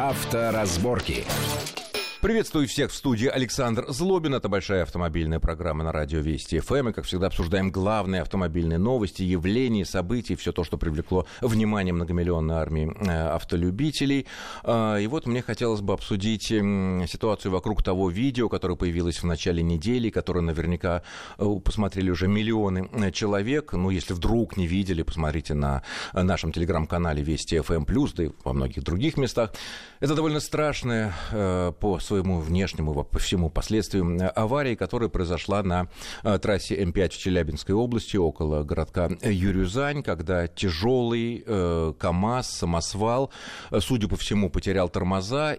Авторазборки. Приветствую всех в студии. Александр Злобин. Это большая автомобильная программа на радио Вести ФМ. И, как всегда, обсуждаем главные автомобильные новости, явления, события, все то, что привлекло внимание многомиллионной армии автолюбителей. И вот мне хотелось бы обсудить ситуацию вокруг того видео, которое появилось в начале недели, которое наверняка посмотрели уже миллионы человек. Ну, если вдруг не видели, посмотрите на нашем телеграм-канале Вести ФМ+, да и во многих других местах. Это довольно страшное по своему внешнему, по всему последствию аварии, которая произошла на трассе М5 в Челябинской области, около городка Юрюзань, когда тяжелый КАМАЗ, самосвал, судя по всему, потерял тормоза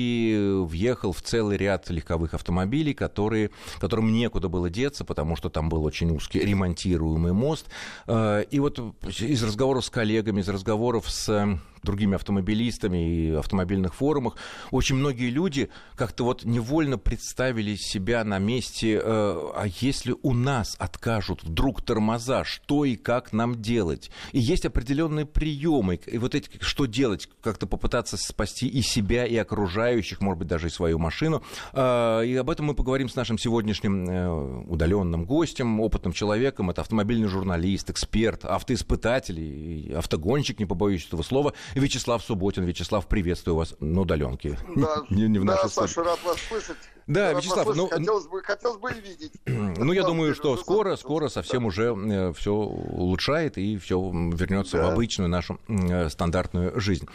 и въехал в целый ряд легковых автомобилей, которым некуда было деться, потому что там был очень узкий ремонтируемый мост. И вот из разговоров с коллегами, из разговоров с другими автомобилистами и автомобильных форумах, очень многие люди как-то вот невольно представили себя на месте, а если у нас откажут вдруг тормоза, что и как нам делать? И есть определенные приемы, и вот эти, что делать, как-то попытаться спасти и себя, и окружающих, может быть, даже и свою машину. И об этом мы поговорим с нашим сегодняшним удаленным гостем, опытным человеком. Это автомобильный журналист, эксперт, автоиспытатель и автогонщик, не побоюсь этого слова, Вячеслав Субботин. Вячеслав, приветствую вас на удаленке. Да, не в нашей студии. Саша, рад вас слышать. Да, Вячеслав, хотелось бы и видеть. Ну, я думаю, что скоро совсем уже все улучшает и все вернется в обычную нашу стандартную жизнь.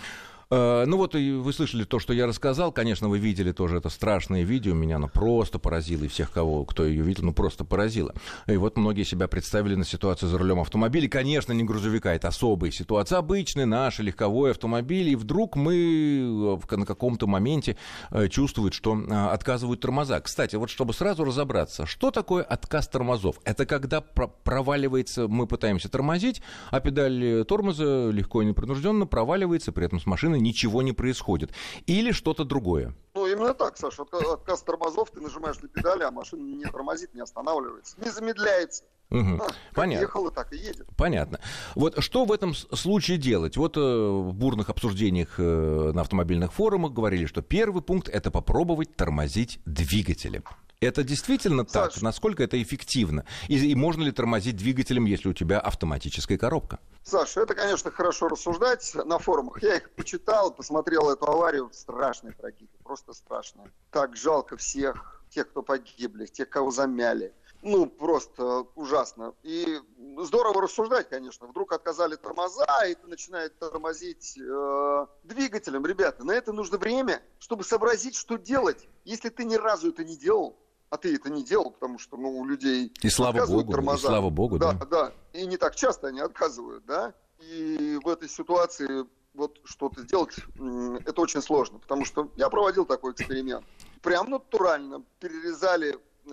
Ну вот, и вы слышали то, что я рассказал. Конечно, вы видели тоже это страшное видео. Меня оно просто поразило. И всех, кто ее видел, просто поразило. И вот многие себя представили на ситуацию за рулем автомобиля. Конечно, не грузовика, это особая ситуация. Обычный наш легковой автомобиль. И вдруг мы на каком-то моменте чувствуем, что отказывают тормоза. Кстати, вот чтобы сразу разобраться, что такое отказ тормозов? Это когда проваливается, мы пытаемся тормозить, а педаль тормоза легко и непринужденно проваливается, при этом с машиной ничего не происходит. Или что-то другое? Ну, именно так, Саша. Отказ тормозов, ты нажимаешь на педали, а машина не тормозит, не останавливается, не замедляется. Угу. Как ехала, так и едет. Понятно. Вот что в этом случае делать? Вот в бурных обсуждениях на автомобильных форумах говорили, что первый пункт – это попробовать тормозить двигателем. Это действительно так? Саш, насколько это эффективно? И можно ли тормозить двигателем, если у тебя автоматическая коробка? Саша, это, конечно, хорошо рассуждать на форумах. Я их почитал, посмотрел эту аварию. Страшная трагедия, просто страшная. Так жалко всех, тех, кто погибли, тех, кого замяли. Ну, просто ужасно. И здорово рассуждать, конечно. Вдруг отказали тормоза, и ты начинаешь тормозить двигателем. Ребята, на это нужно время, чтобы сообразить, что делать. Если ты ни разу это не делал, а ты это не делал, потому что, у людей и слава богу, тормоза. И слава богу, да. Да. И не так часто они отказывают, да. И в этой ситуации вот что-то сделать, это очень сложно. Потому что я проводил такой эксперимент. Прям натурально перерезали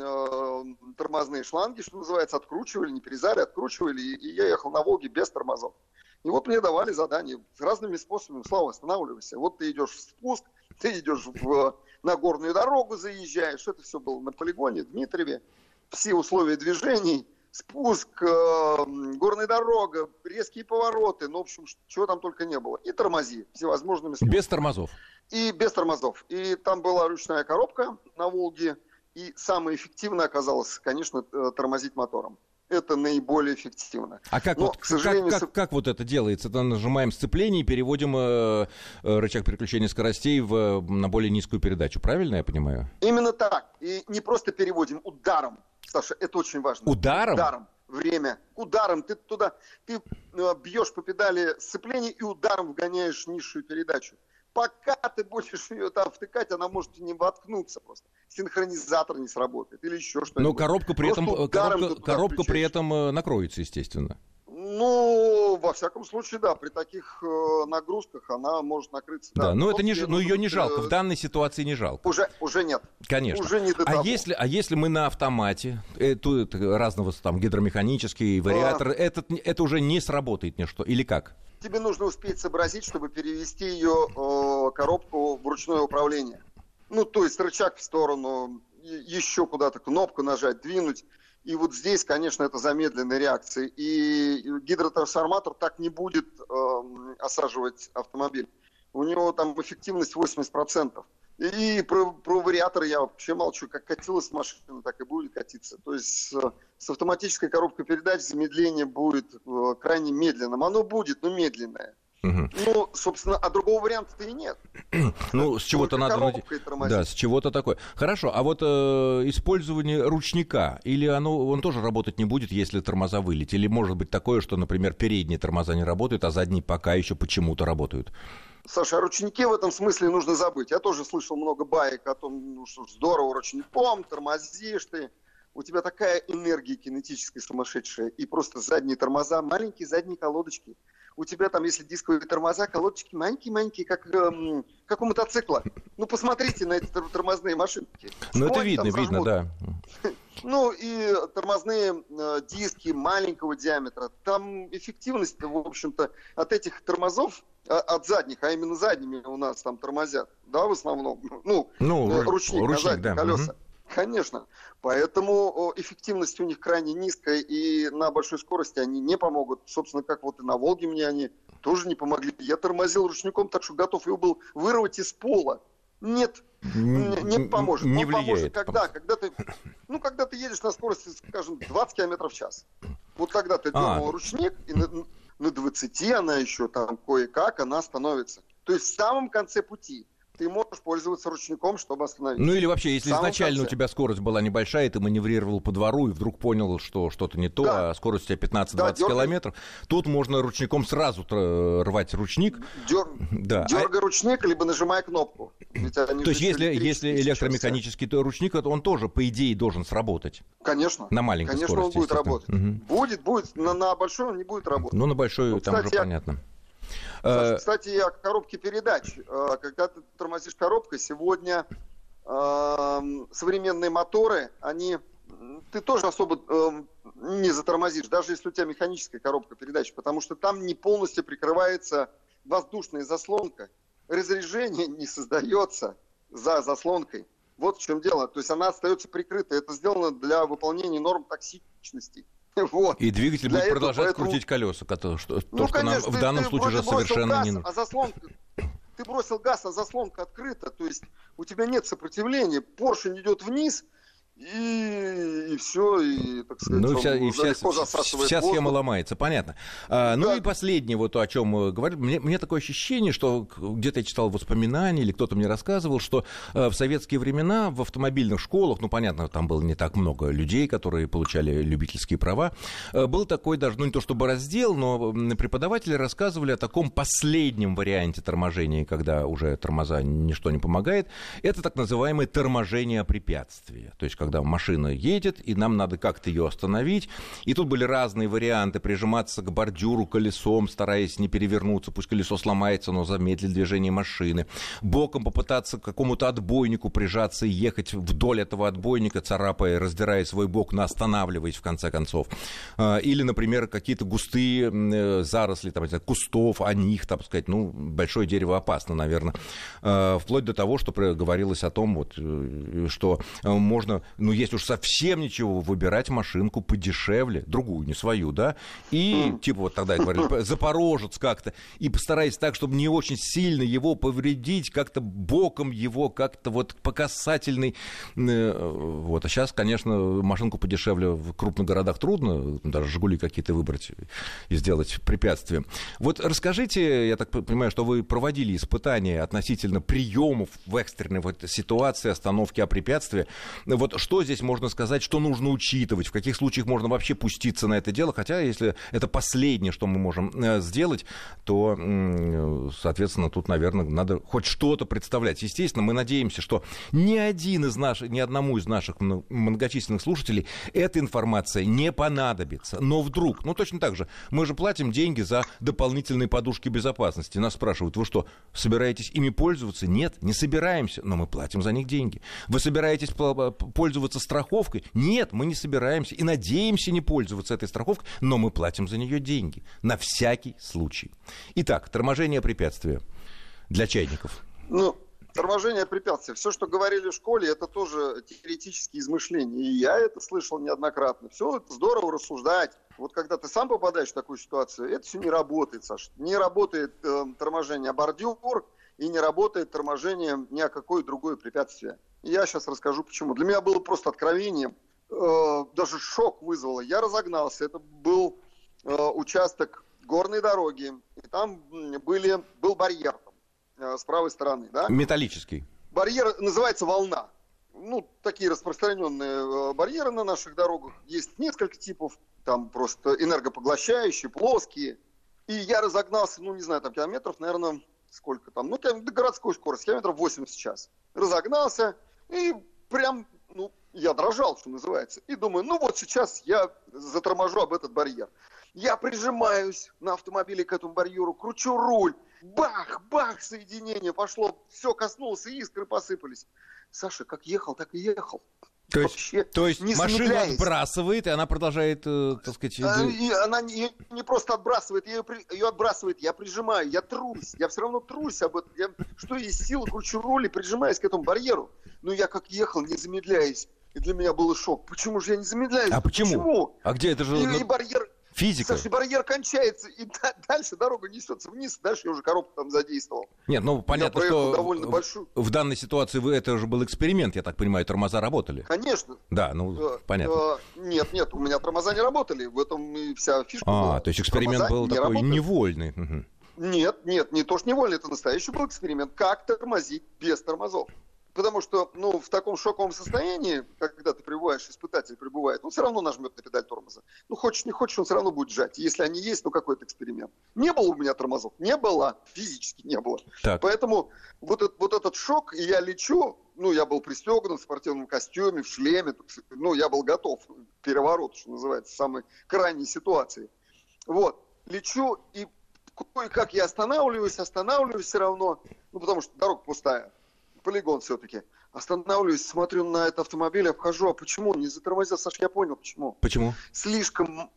тормозные шланги, что называется, откручивали, не перерезали, откручивали, и я ехал на Волге без тормозов. И вот мне давали задание с разными способами. Слава, останавливайся. Вот ты идешь в спуск, ты идешь на горную дорогу, заезжаешь. Это все было на полигоне в Дмитрове. Все условия движений, спуск, горная дорога, резкие повороты. Ну, в общем, чего там только не было. И тормози всевозможными способами. Без тормозов. И без тормозов. И там была ручная коробка на Волге. И самое эффективное оказалось, конечно, тормозить мотором. Это наиболее эффективно. А как, но, вот, к сожалению, как вот это делается? Это нажимаем сцепление и переводим рычаг переключения скоростей на более низкую передачу. Правильно я понимаю? Именно так. И не просто переводим, ударом. Саша, это очень важно. Ударом? Ударом. Время. Ударом. Ты бьешь по педали сцепления и ударом вгоняешь низшую передачу. Пока ты будешь ее там втыкать, она может не воткнуться просто. Синхронизатор не сработает или еще что-нибудь. Но коробка при этом накроется, естественно. Ну, во всяком случае, да. При таких нагрузках она может накрыться. Да, но ее не жалко. В данной ситуации не жалко. Уже нет. Конечно. Уже не до того. А если мы на автомате, тут разного там гидромеханический вариатор, это уже не сработает ничто, или как? Тебе нужно успеть сообразить, чтобы перевести ее коробку в ручное управление. Ну, то есть рычаг в сторону, еще куда-то кнопку нажать, двинуть. И вот здесь, конечно, это замедленная реакция. И гидротрансформатор так не будет осаживать автомобиль. у него там эффективность 80%. И про вариаторы я вообще молчу. Как катилась машина, так и будет катиться. То есть с автоматической коробкой передач замедление будет крайне медленным. Оно будет, но медленное. Ну, собственно, а другого варианта-то и нет. Ну, с чего-то надо... Да, с чего-то такое. Хорошо, а вот использование ручника, или он тоже работать не будет, если тормоза вылетели? Или может быть такое, что, например, передние тормоза не работают, а задние пока еще почему-то работают? Саша, о ручнике в этом смысле нужно забыть. Я тоже слышал много баек о том, ну что здорово ручником, тормозишь ты. У тебя такая энергия кинетическая сумасшедшая. И просто задние тормоза, маленькие задние колодочки. У тебя там, если дисковые тормоза, колодочки маленькие-маленькие, как у мотоцикла. Ну, посмотрите на эти тормозные машинки. Ну, это видно, да. Ну, и тормозные диски маленького диаметра. Там эффективность, в общем-то, от этих тормозов, от задних, а именно задними у нас там тормозят, да, в основном. Ну ручник на задние колеса. Угу. Конечно. Поэтому эффективность у них крайне низкая, и на большой скорости они не помогут. Собственно, как вот и на «Волге» мне они тоже не помогли. Я тормозил ручником, так что готов его был вырвать из пола. Нет, не поможет. Не Он влияет. поможет, когда ты едешь на скорости, скажем, 20 км в час. Вот тогда ты дернул ручник, и на 20 она еще там кое-как, она становится. То есть в самом конце пути ты можешь пользоваться ручником, чтобы остановиться. Ну или вообще, если изначально у тебя скорость была небольшая, ты маневрировал по двору и вдруг понял, что что-то не то, а скорость у тебя 15-20 километров, тут можно ручником сразу рвать ручник. Дергай ручник, либо нажимай кнопку. То есть если электромеханический ручник, он тоже, по идее, должен сработать. Конечно. На маленькой скорости. Конечно, он будет работать. Угу. Будет. На большой он не будет работать. Ну, на большой там уже понятно. Саша, кстати, о коробке передач. Когда ты тормозишь коробкой, сегодня современные моторы, ты тоже особо не затормозишь, даже если у тебя механическая коробка передач, потому что там не полностью прикрывается воздушная заслонка. Разряжение не создается за заслонкой. Вот в чем дело. То есть она остается прикрытой. Это сделано для выполнения норм токсичности. Вот. И двигатель будет продолжать крутить колеса, то, что нам в данном случае уже совершенно не нужно. Ты бросил газ, а заслонка открыта, то есть у тебя нет сопротивления, поршень идет вниз, и все, и, так сказать, вся схема ломается, понятно. Ну и последнее, вот о чем мы говорим. Мне такое ощущение, что где-то я читал воспоминания, или кто-то мне рассказывал, что в советские времена в автомобильных школах, ну, понятно, там было не так много людей, которые получали любительские права, был такой даже, ну, не то чтобы раздел, но преподаватели рассказывали о таком последнем варианте торможения, когда уже тормоза ничто не помогает. Это так называемое торможение препятствия. То есть, когда машина едет, и нам надо как-то ее остановить. И тут были разные варианты. Прижиматься к бордюру колесом, стараясь не перевернуться. Пусть колесо сломается, но замедлит движение машины. Боком попытаться к какому-то отбойнику прижаться и ехать вдоль этого отбойника, царапая, раздирая свой бок, но останавливаясь в конце концов. Или, например, какие-то густые заросли, там, кустов, о них, так сказать, ну, большое дерево опасно, наверное. Вплоть до того, что говорилось о том, вот, что можно... Ну, если уж совсем ничего, выбирать машинку подешевле, другую, не свою, да, и, типа, вот тогда я говорил, Запорожец как-то, и постараясь так, чтобы не очень сильно его повредить, как-то боком его, как-то вот по касательной, вот, а сейчас, конечно, машинку подешевле в крупных городах трудно, даже «Жигули» какие-то выбрать и сделать препятствием. Вот расскажите, я так понимаю, что вы проводили испытания относительно приемов в экстренной ситуации, остановки о препятствии, вот что здесь можно сказать, что нужно учитывать, в каких случаях можно вообще пуститься на это дело, хотя если это последнее, что мы можем сделать, то, соответственно, тут, наверное, надо хоть что-то представлять. Естественно, мы надеемся, что ни одному из наших многочисленных слушателей эта информация не понадобится, но вдруг, ну точно так же, мы же платим деньги за дополнительные подушки безопасности, нас спрашивают, вы что, собираетесь ими пользоваться? Нет, не собираемся, но мы платим за них деньги. Вы собираетесь пользоваться страховкой? Нет, мы не собираемся и надеемся не пользоваться этой страховкой, но мы платим за нее деньги. На всякий случай. Итак, торможение препятствия для чайников. Ну, торможение препятствия. Все, что говорили в школе, это тоже теоретические измышления. И я это слышал неоднократно. Все это здорово рассуждать. Вот когда ты сам попадаешь в такую ситуацию, это все не работает, Саша. Не работает торможение бордюр, и не работает торможение ни о какое другое препятствие. И я сейчас расскажу, почему. Для меня было просто откровением, даже шок вызвало. Я разогнался, это был участок горной дороги, и там был барьер с правой стороны. Да? Металлический. Барьер называется «Волна». Ну, такие распространенные барьеры на наших дорогах. Есть несколько типов, там просто энергопоглощающие, плоские. И я разогнался, ну, не знаю, там километров, наверное, сколько там, ну, до городской скорости, километров 80 в час. Разогнался, и прям, ну, я дрожал, что называется. И думаю, ну, вот сейчас я заторможу об этот барьер. Я прижимаюсь на автомобиле к этому барьеру, кручу руль. Бах, бах, соединение пошло, все коснулось, и искры посыпались. Саша, как ехал, так и ехал. То есть машину отбрасывает, и она продолжает, так сказать... И она не просто отбрасывает, ее отбрасывает, я прижимаю, я трусь, я все равно трусь об этом. Что есть силы, кручу руль и прижимаюсь к этому барьеру. Но я как ехал, не замедляясь. И для меня был шок. Почему же я не замедляюсь? А почему? А где это же... И барьер... Физика. Саша, барьер кончается, и дальше дорога несется вниз, дальше я уже коробку там задействовал. Нет, ну понятно, что довольно большую. В данной ситуации это же был эксперимент, я так понимаю, тормоза работали. Конечно. Да, ну понятно. Нет, у меня тормоза не работали, в этом и вся фишка была. То есть эксперимент был такой невольный. Нет, не то что невольный, это настоящий был эксперимент, как тормозить без тормозов. Потому что, ну, в таком шоковом состоянии, когда ты пребываешь, испытатель пребывает, он все равно нажмет на педаль тормоза. Ну, хочешь, не хочешь, он все равно будет жать. Если они есть, ну, какой-то эксперимент. Не было у меня тормозов? Не было. Физически не было. Так. Поэтому вот этот шок, и я лечу, ну, я был пристегнут в спортивном костюме, в шлеме, ну, я был готов к перевороту, что называется, в самой крайней ситуации. Вот. Лечу, и кое-как я останавливаюсь все равно, ну, потому что дорога пустая. Полигон все-таки. Останавливаюсь, смотрю на этот автомобиль, обхожу. А почему? Не затормозил, Саш, я понял, почему. Почему? Слишком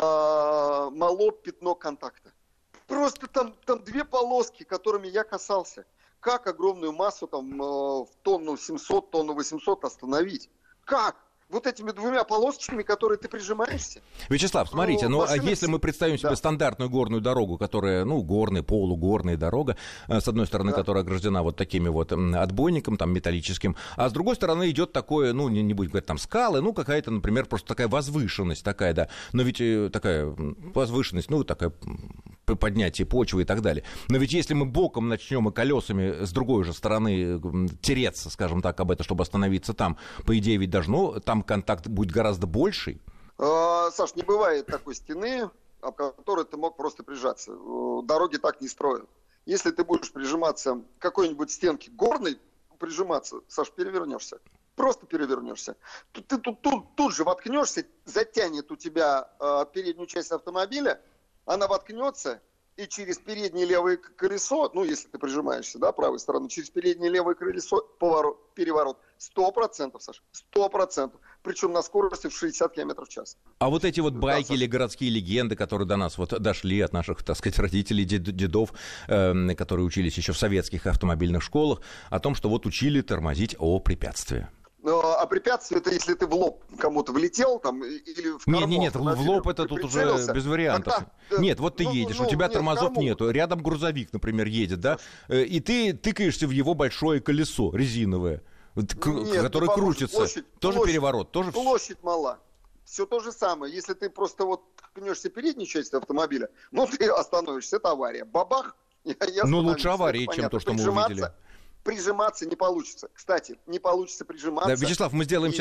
мало пятно контакта. Просто там две полоски, которыми я касался. Как огромную массу там в тонну 700, тонну 800 остановить? Как? Вот этими двумя полосочками, которые ты прижимаешься. Вячеслав, смотрите, а если мы представим себе стандартную горную дорогу, которая, ну, горная, полугорная дорога, с одной стороны, которая ограждена вот такими вот отбойником, там, металлическим, а с другой стороны идет такое, ну, не будем говорить, там, скалы, ну, какая-то, например, просто такая возвышенность такая, да, но ведь такая возвышенность, ну, такая поднятие почвы и так далее. Но ведь если мы боком начнем и колесами с другой же стороны тереться, скажем так, об это, чтобы остановиться там, по идее, ведь должно, там контакт будет гораздо больший. Саш, не бывает такой стены, об которой ты мог просто прижаться. Дороги так не строят. Если ты будешь прижиматься к какой-нибудь стенке горной, прижиматься, Саш, перевернешься. Просто перевернешься. Ты тут же воткнешься, затянет у тебя переднюю часть автомобиля, она воткнется, и через переднее левое колесо, ну, если ты прижимаешься, да, правой стороной, через переднее левое колесо переворот. 100%, Саша, 100%. Причем на скорости в 60 км в час. А вот эти вот байки или городские легенды, которые до нас вот дошли от наших, так сказать, родителей, дедов, которые учились еще в советских автомобильных школах, о том, что вот учили тормозить о препятствии. А препятствие — это если ты в лоб кому-то влетел там, или в корму. Нет, в лоб это тут уже без вариантов. Нет, вот ты едешь, у тебя тормозов нету, рядом грузовик, например, едет, да, и ты тыкаешься в его большое колесо резиновое, которое крутится. Тоже переворот? Площадь мала. Все то же самое. Если ты просто вот ткнешься передней частью автомобиля, ну ты остановишься, это авария. Бабах! Ну лучше аварии, чем то, что мы увидели. Прижиматься не получится. Кстати, не получится прижиматься. Да, Вячеслав, мы сделаем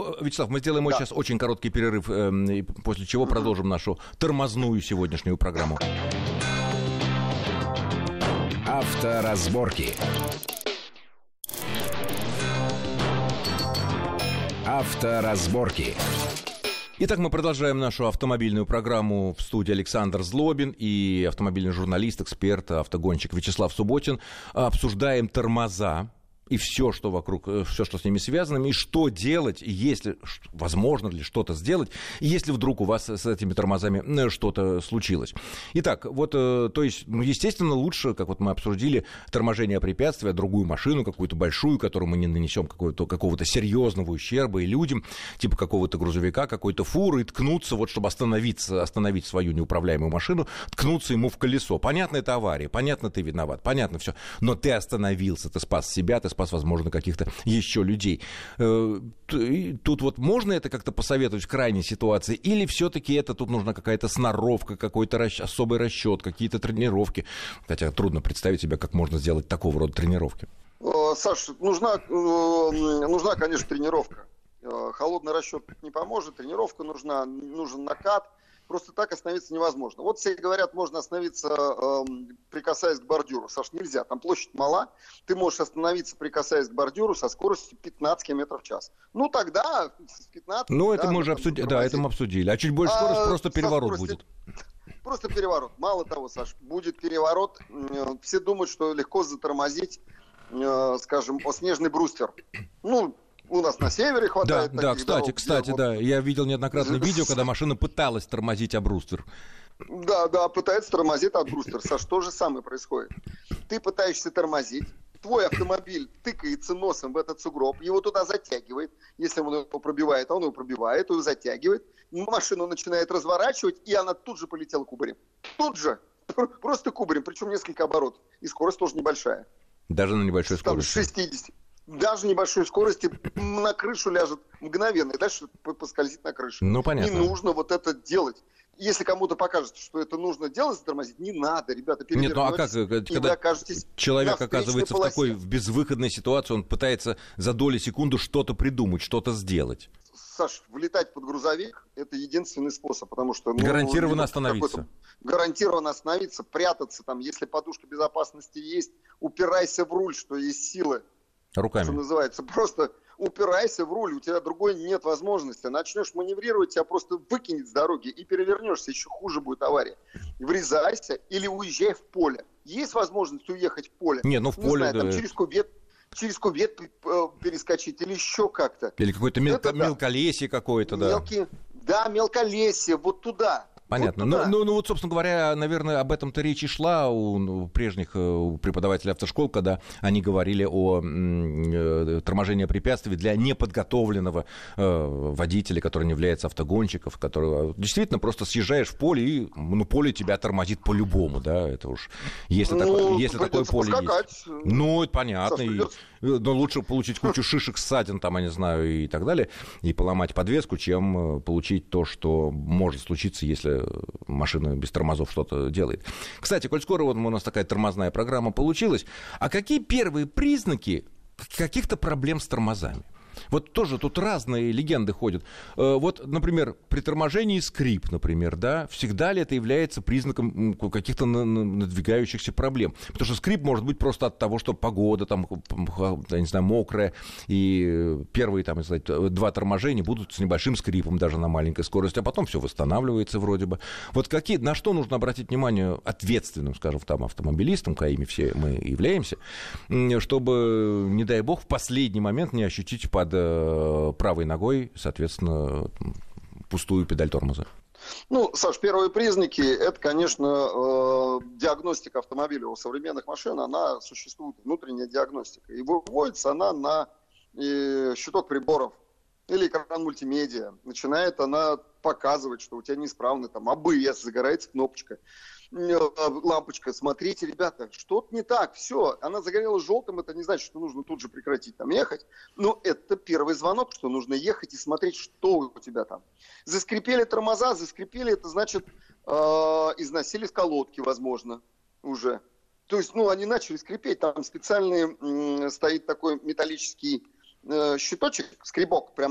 сейчас очень короткий перерыв, после чего продолжим нашу тормозную сегодняшнюю программу. Авторазборки. Авторазборки. Итак, мы продолжаем нашу автомобильную программу. В студии Александр Злобин и автомобильный журналист, эксперт, автогонщик Вячеслав Субботин. Обсуждаем тормоза. и все, что вокруг, все, что с ними связано, и что делать, если, возможно ли что-то сделать, если вдруг у вас с этими тормозами что-то случилось. Итак, вот, то есть, естественно, лучше, как вот мы обсудили, торможение препятствия, другую машину, какую-то большую, которую мы не нанесем какого-то серьезного ущерба и людям, типа какого-то грузовика, какой-то фуры, и ткнуться, вот, чтобы остановить свою неуправляемую машину, ткнуться ему в колесо. Понятно, это авария, понятно, ты виноват, понятно все, но ты остановился, ты спас себя, ты спас, возможно, каких-то еще людей. Тут вот можно это как-то посоветовать в крайней ситуации, или все-таки это тут нужна какая-то сноровка, какой-то особый расчет, какие-то тренировки? Хотя трудно представить себе, как можно сделать такого рода тренировки. Саш, нужна, конечно, тренировка. Холодный расчет не поможет, тренировка нужна, нужен накат. Просто так остановиться невозможно. Вот все говорят, можно остановиться, прикасаясь к бордюру. Саш, нельзя, там площадь мала. Ты можешь остановиться, прикасаясь к бордюру со скоростью 15 км в час. Ну, тогда с 15... Ну, это мы уже обсудили. Да, это мы обсудили. А чуть больше скорость, просто переворот будет. Просто переворот. Мало того, Саш, будет переворот. Все думают, что легко затормозить, скажем, снежный брустер. Ну, у нас на севере хватает таких дорог. Кстати, да. Я видел неоднократно видео, когда машина пыталась тормозить об бруствер. Да, пытается тормозить об бруствер. Саш, то же самое происходит. Ты пытаешься тормозить, твой автомобиль тыкается носом в этот сугроб, его туда затягивает. Если он его пробивает, он его пробивает, его затягивает. Машину начинает разворачивать, и она тут же полетела кубарем. Тут же. Просто кубарем, причем несколько оборотов. И скорость тоже небольшая. Даже на небольшой скорости? Там 60. Даже небольшой скорости на крышу ляжет мгновенно, и дальше поскользит на крыше. Ну, понятно. Не нужно вот это делать. Если кому-то покажется, что это нужно делать, затормозить, не надо, ребята, перевернетесь. Нет, ну а как, когда человек оказывается в такой безвыходной ситуации, он пытается за доли секунды что-то придумать, что-то сделать. Саш, влетать под грузовик – это единственный способ, потому что... Гарантированно остановиться. Гарантированно остановиться, прятаться там, если подушка безопасности есть, упирайся в руль, что есть силы. Руками. Что называется, просто упирайся в руль, у тебя другой нет возможности. Начнешь маневрировать, тебя просто выкинет с дороги и перевернешься, еще хуже будет авария. Врезайся или уезжай в поле. Есть возможность уехать в поле? Не, ну в поле, знаю, там, через кувет перескочить или еще как-то. Или какое-то мелколесье какое-то, да. Мелколесье, вот туда. Понятно. Вот ну, вот, собственно говоря, наверное, об этом-то речь и шла у преподавателей автошкол, когда они говорили о торможении препятствий для неподготовленного водителя, который не является автогонщиком, который действительно просто съезжаешь в поле, и поле тебя тормозит по-любому, да, это уж, если такое поле есть. Ну, это понятно. Но лучше получить кучу шишек, ссадин, там, я не знаю, и так далее, и поломать подвеску, чем получить то, что может случиться, если машина без тормозов что-то делает. Кстати, коль скоро вот у нас такая тормозная программа получилась, а какие первые признаки каких-то проблем с тормозами? Вот тоже тут разные легенды ходят. Вот, например, при торможении скрип, например, да, всегда ли это является признаком каких-то надвигающихся проблем? Потому что скрип может быть просто от того, что погода там, я не знаю, мокрая, и первые там, два торможения будут с небольшим скрипом даже на маленькой скорости, а потом все восстанавливается вроде бы. Вот на что нужно обратить внимание ответственным, скажем, там, автомобилистам, какими все мы являемся, чтобы, не дай бог, в последний момент не ощутить под правой ногой, соответственно, пустую педаль тормоза? Ну, Саш, первые признаки, это, конечно, диагностика автомобиля. У современных машин, она существует, внутренняя диагностика. И выводится она на щиток приборов или экран мультимедиа. Начинает она показывать, что у тебя неисправный там АБС, загорается кнопочка, лампочка. Смотрите, ребята, что-то не так, все, она загорелась желтым, это не значит, что нужно тут же прекратить там ехать. Но это первый звонок, что нужно ехать и смотреть, что у тебя там. Заскрипели тормоза, это значит, износились колодки, возможно, уже. То есть, они начали скрипеть, там специальный стоит такой металлический щиточек, скребок, прям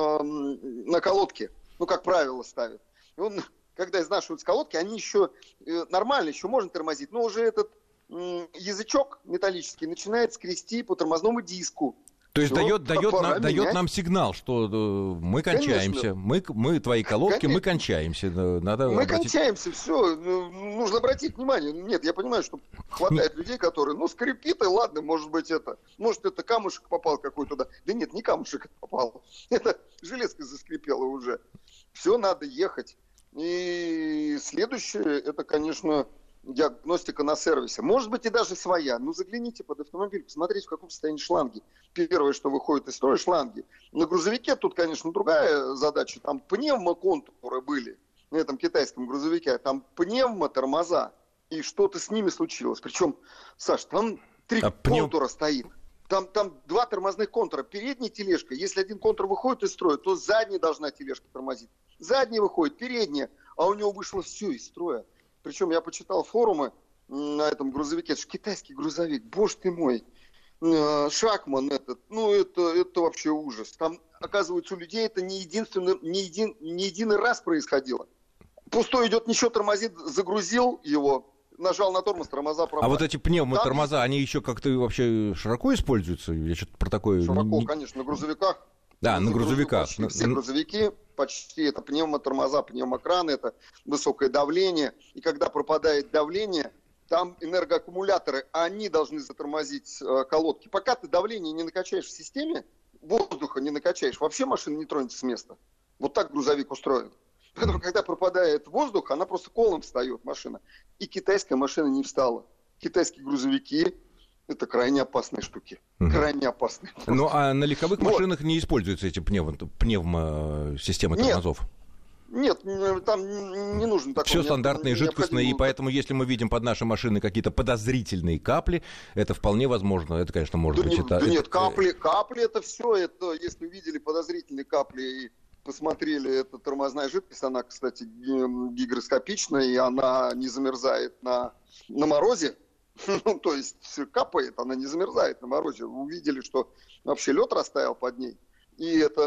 на колодке, как правило, ставят. И он, когда изнашиваются колодки, они еще нормально, еще можно тормозить, но уже этот язычок металлический начинает скрести по тормозному диску. То есть дает нам сигнал, что мы кончаемся, мы твои колодки, мы кончаемся. Мы кончаемся, все, нужно обратить внимание. Нет, я понимаю, что хватает людей, которые, скрипит, и ладно, может это камушек попал какой-то туда. Да нет, не камушек попал, это железка заскрипела уже. Все, надо ехать. И следующее, это, конечно, диагностика на сервисе. Может быть, и даже своя. Загляните под автомобиль, посмотрите, в каком состоянии шланги. Первое, что выходит из строя, шланги. На грузовике тут, конечно, другая задача. Там пневмоконтуры были на этом китайском грузовике. Там пневмотормоза. И что-то с ними случилось. Причем, Саш, там 3 контура стоит. Там 2 тормозных контура. Передняя тележка. Если один контур выходит из строя, то задняя должна тележка тормозить. Задняя выходит, передняя. А у него вышло все из строя. Причем я почитал форумы на этом грузовике. Это же китайский грузовик, боже ты мой. Шакман этот, это вообще ужас. Там, оказывается, у людей это не единый раз происходило. Пустой идет, ничего, тормозит, загрузил его, нажал на тормоз, тормоза пропали. А вот эти пневмотормоза, они еще как-то вообще широко используются? Я что-то про такое... Широко, конечно, на грузовиках. Да, на грузовиках. Все грузовики, почти это пневмотормоза, пневмокраны, это высокое давление. И когда пропадает давление, там энергоаккумуляторы, они должны затормозить колодки. Пока ты давление не накачаешь в системе, воздуха не накачаешь, вообще машина не тронется с места. Вот так грузовик устроен. Поэтому, когда пропадает воздух, она просто колом встает, машина. И китайская машина не встала. Китайские грузовики... Это крайне опасные штуки. Крайне опасные. Ну, а на легковых машинах не используются эти пневмосистемы тормозов? Нет, там не нужно такого. Все стандартное и жидкостное, и поэтому, если мы видим под нашей машиной какие-то подозрительные капли, это вполне возможно. Это, конечно, может быть... Нет, капли это все. Это, если видели подозрительные капли и посмотрели, это тормозная жидкость. Она, кстати, гигроскопичная, и она не замерзает на морозе. То есть капает, она не замерзает на морозе. Увидели, что вообще лед растаял под ней. И это,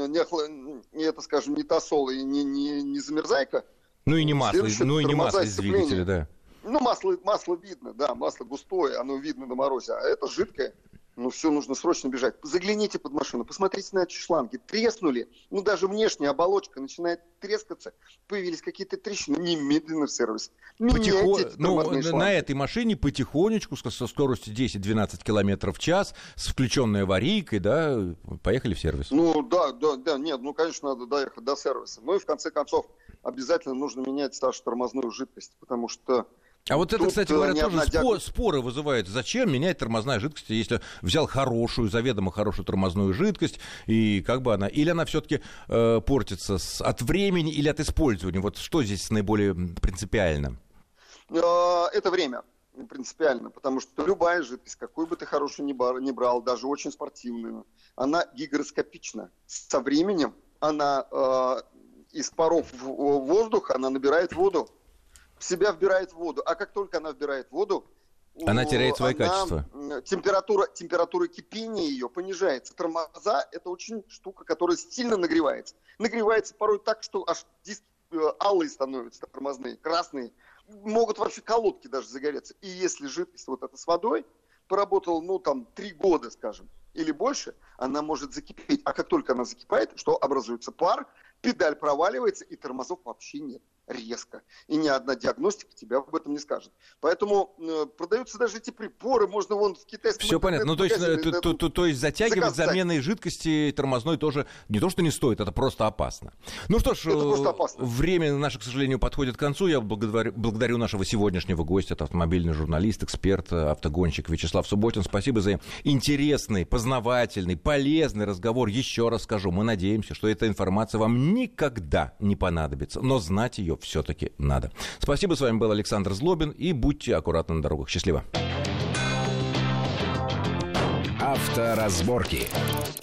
скажем, не тосол и не замерзайка. Ну и не масло, из двигателя, да. Масло видно, да, масло густое, оно видно на морозе. А это жидкое. Все, нужно срочно бежать. Загляните под машину, посмотрите на эти шланги. Треснули. Даже внешняя оболочка начинает трескаться. Появились какие-то трещины. Немедленно в сервис. На этой машине потихонечку, со скоростью 10-12 км в час, с включенной аварийкой, да, поехали в сервис. Нет, конечно, надо доехать до сервиса. И в конце концов обязательно нужно менять тормозную жидкость, потому что... А вот это, кстати говоря, тоже споры вызывает. Зачем менять тормозная жидкость, если взял заведомо хорошую тормозную жидкость, и как бы она... Или она все-таки портится от времени или от использования? Вот что здесь наиболее принципиально? Это время принципиально, потому что любая жидкость, какую бы ты хорошую ни брал, даже очень спортивную, она гигроскопична. Со временем она из паров воздуха, она набирает воду. В себя вбирает воду, а как только она вбирает воду, она теряет свои качества. Температура кипения ее понижается. Тормоза — это очень штука, которая сильно нагревается. Нагревается порой так, что аж диски алые становятся, тормозные, красные. Могут вообще колодки даже загореться. И если жидкость вот эта с водой поработала, 3 года, скажем, или больше, она может закипеть. А как только она закипает, что образуется пар, педаль проваливается, и тормозов вообще нет. Резко. И ни одна диагностика тебе об этом не скажет. Поэтому продаются даже эти приборы, можно вон в китайском... Все понятно. То есть затягивать заменой жидкости тормозной тоже не то, что не стоит, это просто опасно. Ну что ж, время наше, к сожалению, подходит к концу. Я благодарю нашего сегодняшнего гостя, это автомобильный журналист, эксперт, автогонщик Вячеслав Субботин. Спасибо за интересный, познавательный, полезный разговор. Еще раз скажу, мы надеемся, что эта информация вам никогда не понадобится, но знать ее все-таки надо. Спасибо, с вами был Александр Злобин, и будьте аккуратны на дорогах. Счастливо. Авторазборки.